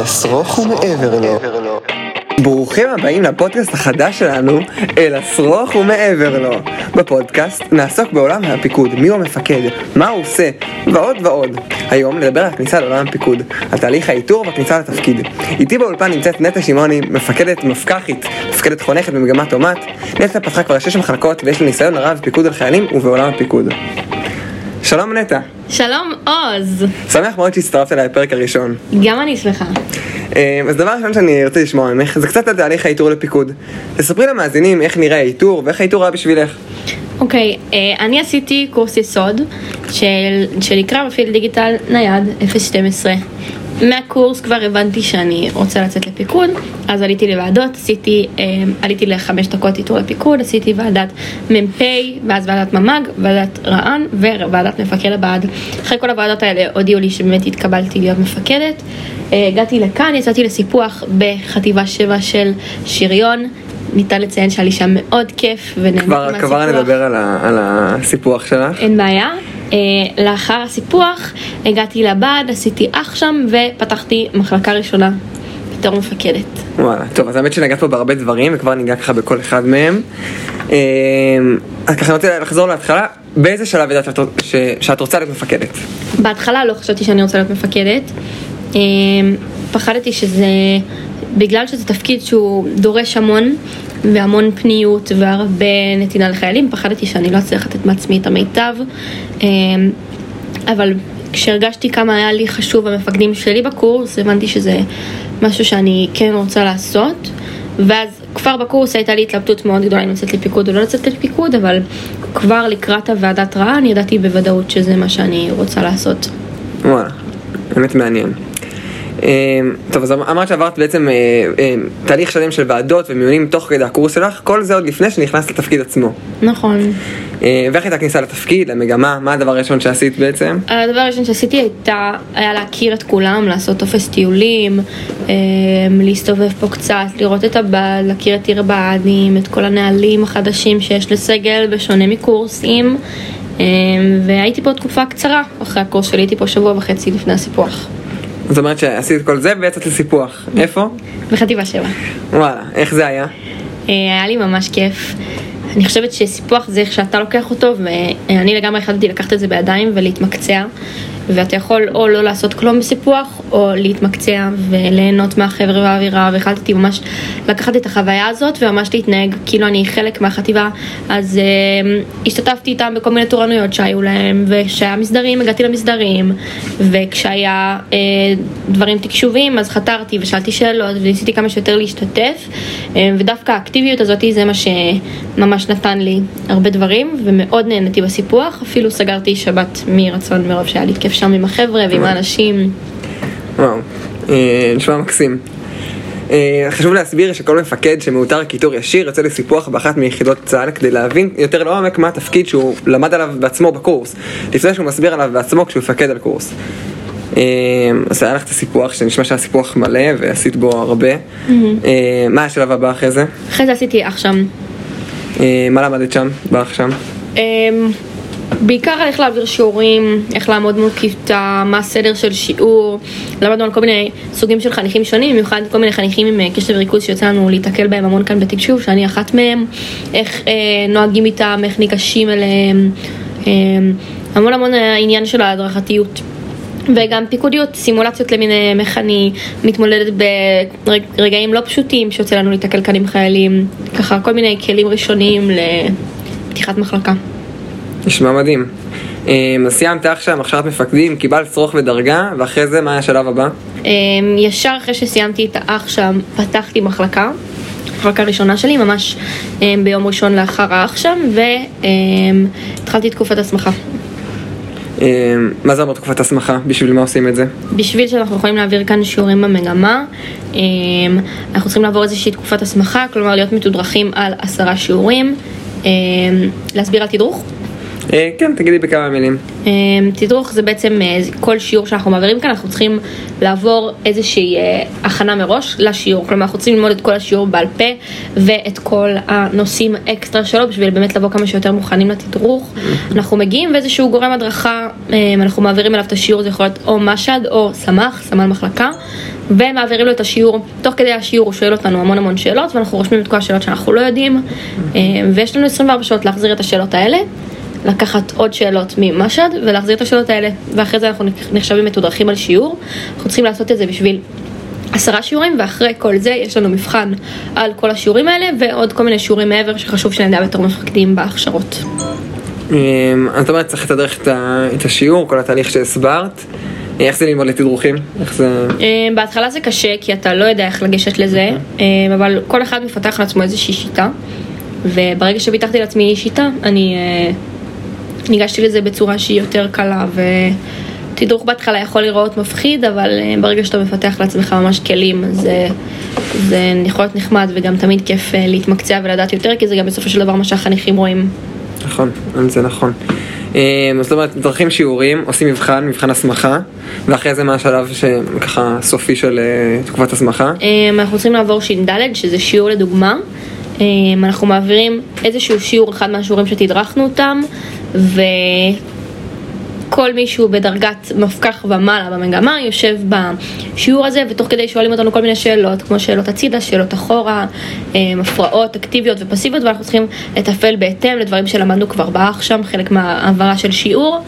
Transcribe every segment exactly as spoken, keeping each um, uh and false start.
אל השרוך ומעבר לו. ברוכים הבאים לפודקאסט החדש שלנו, אל השרוך ומעבר לו. בפודקאסט נעסוק בעולם הפיקוד, מי הוא המפקד, מה הוא עושה, ועוד ועוד. היום נדבר על הכניסה לעולם הפיקוד, על תהליך האיתור והכניסה לתפקיד. איתי באולפן נמצאת נטע שמעוני, מפקדת מפקחית, מפקדת חונכת במגמת תומט. נטע פתחה כבר שש מחלקות ויש לה ניסיון רב בפיקוד על חיילים ובעולם הפיקוד. שלום נטע. שלום עוז. שמח מאוד שהצטרפת אליי הפרק הראשון. גם אני שמחה. אז דבר ראשון שאני רוצה לשמוע ממך, זה קצת על תהליך האיתור לפיקוד. תספרי למאזינים איך נראה האיתור ואיך האיתור היה בשבילך. אוקיי, אני עשיתי קורס יסוד שנקרא בפילד דיגיטל נייד אפס שתים עשרה. מהקורס כבר הבנתי שאני רוצה לצאת לפיקוד, אז עליתי לוועדות, עשיתי, עליתי לחמש דקות איתור לפיקוד, עשיתי ועדת מ"פ, ואז ועדת ממ"ג, ועדת רע"ן וועדת מפקד הבה"ד. אחרי כל הוועדות האלה הודיעו לי שבאמת התקבלתי להיות מפקדת. הגעתי לכאן, יצאתי לסיפוח בחטיבה שבע של שריון. ניתן לציין שהיה לי שם מאוד כיף ונהניתי מהסיפוח. כבר נדבר על, ה, על הסיפוח שלך. אין בעיה. לאחר הסיפוח הגעתי לבה"ד, עשיתי אח שם ופתחתי מחלקה ראשונה בתור מפקדת. וואלה, טוב, אז האמת שנגעת פה בהרבה דברים וכבר ניגע ככה בכל אחד מהם. אז ככה אני רוצה לחזור להתחלה, באיזה שלב ידעת שאת, שאת רוצה להיות מפקדת? בהתחלה לא חשבתי שאני רוצה להיות מפקדת. פחדתי שזה, בגלל שזה תפקיד שהוא דורש המון והמון פניות והרבה נתינה לחיילים, פחדתי שאני לא אצליח לתת מעצמי את המיטב. אבל כשהרגשתי כמה היה לי חשוב המפקדים שלי בקורס, הבנתי שזה משהו שאני כן רוצה לעשות. ואז כבר בקורס הייתה לי התלבטות מאוד גדולה אם לצאת לפיקוד או לא לצאת לפיקוד, אבל כבר לקראת הוועדת רע"ן ידעתי בוודאות שזה מה שאני רוצה לעשות. וואלה, באמת מעניין. טוב, אז אמרת שעברת בעצם תהליך שלם של ועדות ומיונים תוך כדי הקורס שלך, כל זה עוד לפני שנכנסת לתפקיד עצמו. נכון. ואיך הייתה כניסה לתפקיד, למגמה, מה הדבר הראשון שעשית בעצם? הדבר הראשון שעשיתי הייתה, היה להכיר את כולם, לעשות טופס טיולים, להסתובב פה קצת, לראות את הבה"ד, להכיר את עיר הבה"דים, את כל הנהלים החדשים שיש לסגל בשונה מקורסים, והייתי פה תקופה קצרה אחרי הקורס שלי, הייתי פה שבוע וחצי לפני הסיפוח. זאת אומרת שעשית כל זה ויצאת לסיפוח. איפה? בחטיבה שבע. וואלה, איך זה היה? היה לי ממש כיף. אני חושבת שסיפוח זה איך שאתה לוקח אותו, ואני לגמרי החלטתי לקחת את זה בידיים ולהתמקצע, ואתה יכול או לא לעשות כלום בסיפוח, או להתמקצע וליהנות מהחבר'ה והאווירה, והחלטתי ממש לקחת את החוויה הזאת, וממש להתנהג כאילו אני חלק מהחטיבה. אז uh, השתתפתי איתם בכל מיני תורנויות שהיו להם, וכשהיה מסדרים, הגעתי למסדרים, וכשהיה uh, דברים תקשובים, אז חתרתי ושאלתי שאלות, וניסיתי כמה שיותר להשתתף, uh, ודווקא האקטיביות הזאת זה מה שממש נתן לי הרבה דברים, ומאוד נהניתי בסיפוח, אפילו סגרתי שבת מרצון מרוב שהיה לי כיף שם עם החבר'ה ועם האנשים. וואו, נשמע מקסים. חשוב להסביר שכל מפקד שמאותר כיתור ישיר יוצא לסיפוח באחת מיחידות צה"ל כדי להבין יותר לעומק מה התפקיד שהוא למד עליו בעצמו בקורס, לפני שהוא מסביר עליו בעצמו כשהוא מפקד על קורס. אז היה לך את הסיפוח, שנשמע שהסיפוח מלא ועשית בו הרבה. מה השלב הבא אחרי זה? אחרי זה עשיתי אח שם. מה למדת שם, באח שם? בעיקר איך להעביר שיעורים, איך לעמוד מול כיתה, מה הסדר של שיעור. למדנו על כל מיני סוגים של חניכים שונים, במיוחד כל מיני חניכים עם קשב וריכוז שיוצא לנו להתקל בהם המון כאן בתקשוב, שאני אחת מהם. איך אה, נוהגים איתם, איך ניגשים אליהם, אה, המון המון העניין של ההדרכתיות. וגם פיקודיות, סימולציות למיניהם, איך אני מתמודדת ברגעים לא פשוטים שיוצא לנו להתקל כאן עם חיילים, ככה כל מיני כלים ראשוניים לפתיחת מחלקה. נשמע מדהים. אז סיימת עכשיו הכשרת מפקדים, קיבלת צרוך ודרגה, ואחרי זה מה השלב הבא? ישר אחרי שסיימתי את האח שם, פתחתי מחלקה, מחלקה ראשונה שלי, ממש ביום ראשון לאחר האח שם, והתחלתי תקופת הסמכה. מה זה אומר תקופת הסמכה? בשביל מה עושים את זה? בשביל שאנחנו יכולים להעביר כאן שיעורים במגמה, אנחנו צריכים לעבור איזושהי תקופת הסמכה, כלומר להיות מתודרכים על עשרה שיעורים. להסביר על תדרוך? כן, תגידי בכמה מילים. תדרוך זה בעצם כל שיעור שאנחנו מעבירים כאן, אנחנו צריכים לעבור איזושהי הכנה מראש לשיעור, כלומר אנחנו צריכים ללמוד את כל השיעור בעל פה ואת כל הנושאים אקסטרה שלו בשביל באמת לבוא כמה שיותר מוכנים לתדרוך. אנחנו מגיעים ואיזשהו גורם הדרכה, אנחנו מעבירים אליו את השיעור, זה יכול להיות או משד או סמך, סמל מחלקה, ומעבירים לו את השיעור. תוך כדי השיעור הוא שואל אותנו המון המון שאלות, ואנחנו רושמים את כל השאלות שאנחנו לא יודעים, ויש לנו עשרים וארבע שעות להחזיר את השאלות האלה, לקחת עוד שאלות ממשד ולהחזיר את השאלות האלה, ואחרי זה אנחנו נחשבים מתודרכים על שיעור. אנחנו צריכים לעשות את זה בשביל עשרה שיעורים, ואחרי כל זה יש לנו מבחן על כל השיעורים האלה, ועוד כל מיני שיעורים מעבר שחשוב שנדע בתור מפקדים בהכשרות. זאת אומרת, צריך לתדרך את השיעור, כל התהליך שהסברת. איך זה ללמוד לתדרוכים? איך זה... בהתחלה זה קשה, כי אתה לא יודע איך לגשת לזה, אבל כל אחד מפתח לעצמו איזושהי שיטה, וברגע שביטחתי לעצמי שיטה, אני ניגשתי לזה בצורה שהיא יותר קלה, ותדרוך בהתחלה יכול לראות מפחיד, אבל ברגע שאתה מפתח לעצמך ממש כלים, זה, זה יכול להיות נחמד, וגם תמיד כיף להתמקצע ולדעת יותר, כי זה גם בסופו של דבר מה שהחניכים רואים. נכון, זה נכון. זאת אומרת, דרכים שיעורים, עושים מבחן, מבחן הסמכה, ואחרי זה מה השלב שככה סופי של תקופת הסמכה? אנחנו צריכים לעבור ש"ד, שזה שיעור לדוגמה. אנחנו מעבירים איזשהו שיעור, אחד מהשיעורים שתדרכנו אותם, וכל מישהו בדרגת מפקח ומעלה במגמה יושב בשיעור הזה, ותוך כדי שואלים אותנו כל מיני שאלות, כמו שאלות הצידה, שאלות אחורה, מפרעות, אקטיביות ופסיביות, ואנחנו צריכים לטפל בהתאם לדברים שלמדנו כבר באח שם, חלק מהעברה של שיעור.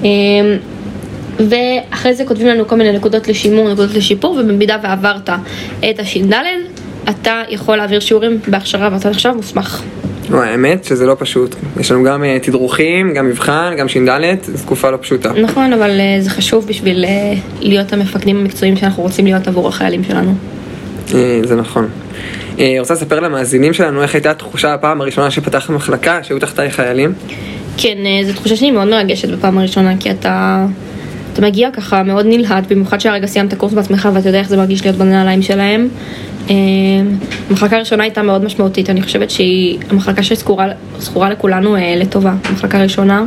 ואחרי זה כותבים לנו כל מיני נקודות לשימור, נקודות לשיפור, ובמידה ועברת את הש"ד, אתה יכול להעביר שיעורים בהכשרה ואתה עכשיו מוסמך. האמת שזה לא פשוט. יש לנו גם תדרוכים, גם מבחן, גם ש"ד, זו תקופה לא פשוטה. נכון, אבל זה חשוב בשביל להיות המפקדים המקצועיים שאנחנו רוצים להיות עבור החיילים שלנו. זה נכון. רוצה לספר למאזינים שלנו איך הייתה התחושה הפעם הראשונה שפתחת מחלקה, שהיו תחתיי חיילים? כן, זו תחושה שאני מאוד מרגשת בפעם הראשונה, כי אתה... אתה מגיע ככה מאוד נלהט, במיוחד שהרגע סיימת קורס בעצמך ואתה יודע איך זה מרגיש להיות בנעליים שלהם. המחלקה הראשונה הייתה מאוד משמעותית, אני חושבת שהיא המחלקה שזכורה לכולנו לטובה, המחלקה הראשונה.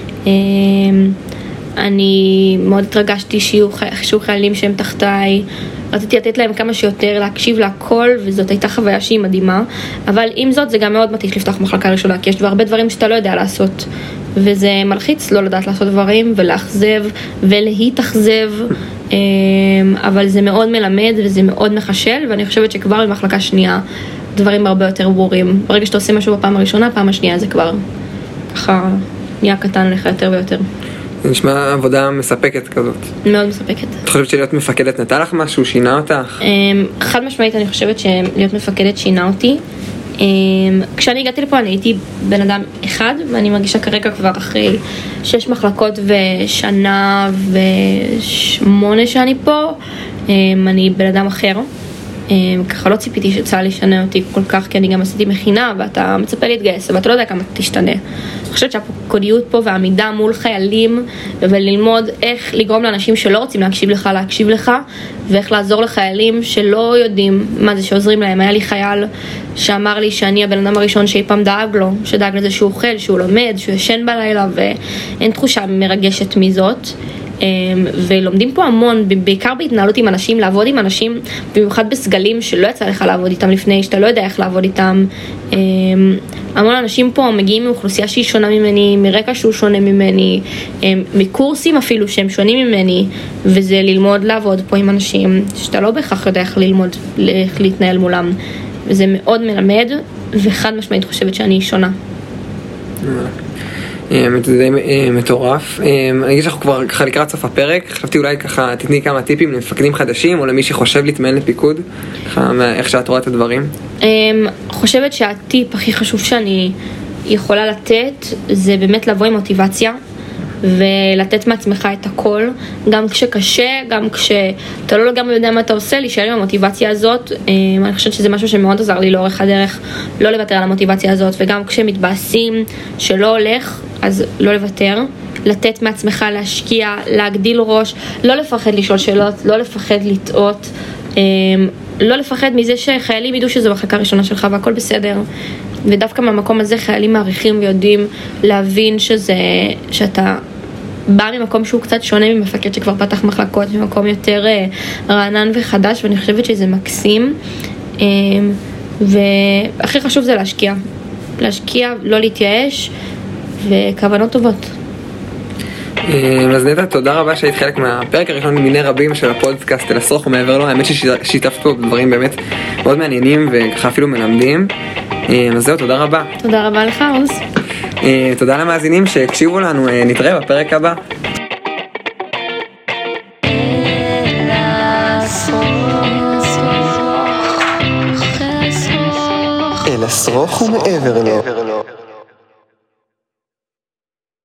אני מאוד התרגשתי שיהיו חיילים שהם תחתיי, רציתי לתת להם כמה שיותר, להקשיב להכל, וזאת הייתה חוויה שהיא מדהימה, אבל עם זאת זה גם מאוד מתיש לפתוח מחלקה ראשונה, כי יש הרבה דברים שאתה לא יודע לעשות, וזה מלחיץ לא לדעת לעשות דברים, ולאכזב, ולהתאכזב, אבל זה מאוד מלמד, וזה מאוד מחשל, ואני חושבת שכבר במחלקה שנייה, דברים הרבה יותר ברורים. ברגע שאתה עושה משהו בפעם הראשונה, פעם השנייה זה כבר ככה נהיה קטן לך יותר ויותר. זה נשמע עבודה מספקת כזאת. מאוד מספקת. את חושבת שלהיות מפקדת נתן לך משהו, שינה אותך? חד משמעית אני חושבת שלהיות מפקדת שינה אותי. כשאני הגעתי לפה אני הייתי בן אדם אחד, ואני מרגישה כרגע כבר אחרי שש מחלקות ושנה ושמונה שאני פה, אני בן אדם אחר. ככה לא ציפיתי שצה"ל ישנה אותי כל כך, כי אני גם עשיתי מכינה ואתה מצפה להתגייס, ואתה לא יודע כמה תשתנה. אני חושבת שהקודיות פה והעמידה מול חיילים, וללמוד איך לגרום לאנשים שלא רוצים להקשיב לך, להקשיב לך, ואיך לעזור לחיילים שלא יודעים מה זה שעוזרים להם. היה לי חייל שאמר לי שאני הבן אדם הראשון שאי פעם דאג לו, שדאג לזה שהוא אוכל, שהוא לומד, שהוא ישן בלילה, ואין תחושה מרגשת מזאת. ולומדים פה המון, בעיקר בהתנהלות עם אנשים, לעבוד עם אנשים, במיוחד בסגלים שלא יצא לך לעבוד איתם לפני, שאתה לא יודע איך לעבוד איתם. המון אנשים פה מגיעים מאוכלוסייה שהיא שונה ממני, מרקע שהוא שונה ממני, מקורסים אפילו שהם שונים ממני, וזה ללמוד לעבוד פה עם אנשים שאתה לא בהכרח יודע איך ללמוד, איך להתנהל מולם. וזה מאוד מלמד, וחד משמעית חושבת שאני שונה. זה די מטורף. אני אגיד שאנחנו כבר ככה לקראת סוף הפרק, חשבתי אולי ככה תתני כמה טיפים למפקדים חדשים או למי שחושב להתמיין לפיקוד, איך שאת רואה את הדברים. חושבת שהטיפ הכי חשוב שאני יכולה לתת זה באמת לבוא עם מוטיבציה ולתת מעצמך את הכל, גם כשקשה, גם כשאתה לא לגמרי יודע מה אתה עושה, להישאר עם המוטיבציה הזאת. אני חושבת שזה משהו שמאוד עזר לי לאורך הדרך, לא לוותר על המוטיבציה הזאת, וגם כשמתבאסים שלא הולך, אז לא לוותר, לתת מעצמך, להשקיע, להגדיל ראש, לא לפחד לשאול שאלות, לא לפחד לטעות, לא לפחד מזה שחיילים ידעו שזו מחלקה ראשונה שלך והכל בסדר. ודווקא מהמקום הזה חיילים מעריכים ויודעים להבין שזה, שאתה בא ממקום שהוא קצת שונה ממפקד שכבר פתח מחלקות, ממקום יותר רענן וחדש, ואני חושבת שזה מקסים. והכי חשוב זה להשקיע. להשקיע, לא להתייאש, וכוונות טובות. אז נטע, תודה רבה שהיית חלק מהפרק הראשון ממיני רבים של הפודקאסט אל השרוך ומעבר לו. האמת ששיתפת פה בדברים באמת מאוד מעניינים וככה אפילו מלמדים. אז זהו, תודה רבה. תודה רבה לך, עוז. תודה למאזינים שהקשיבו לנו, נתראה בפרק הבא. אל השרוך ומעבר לו.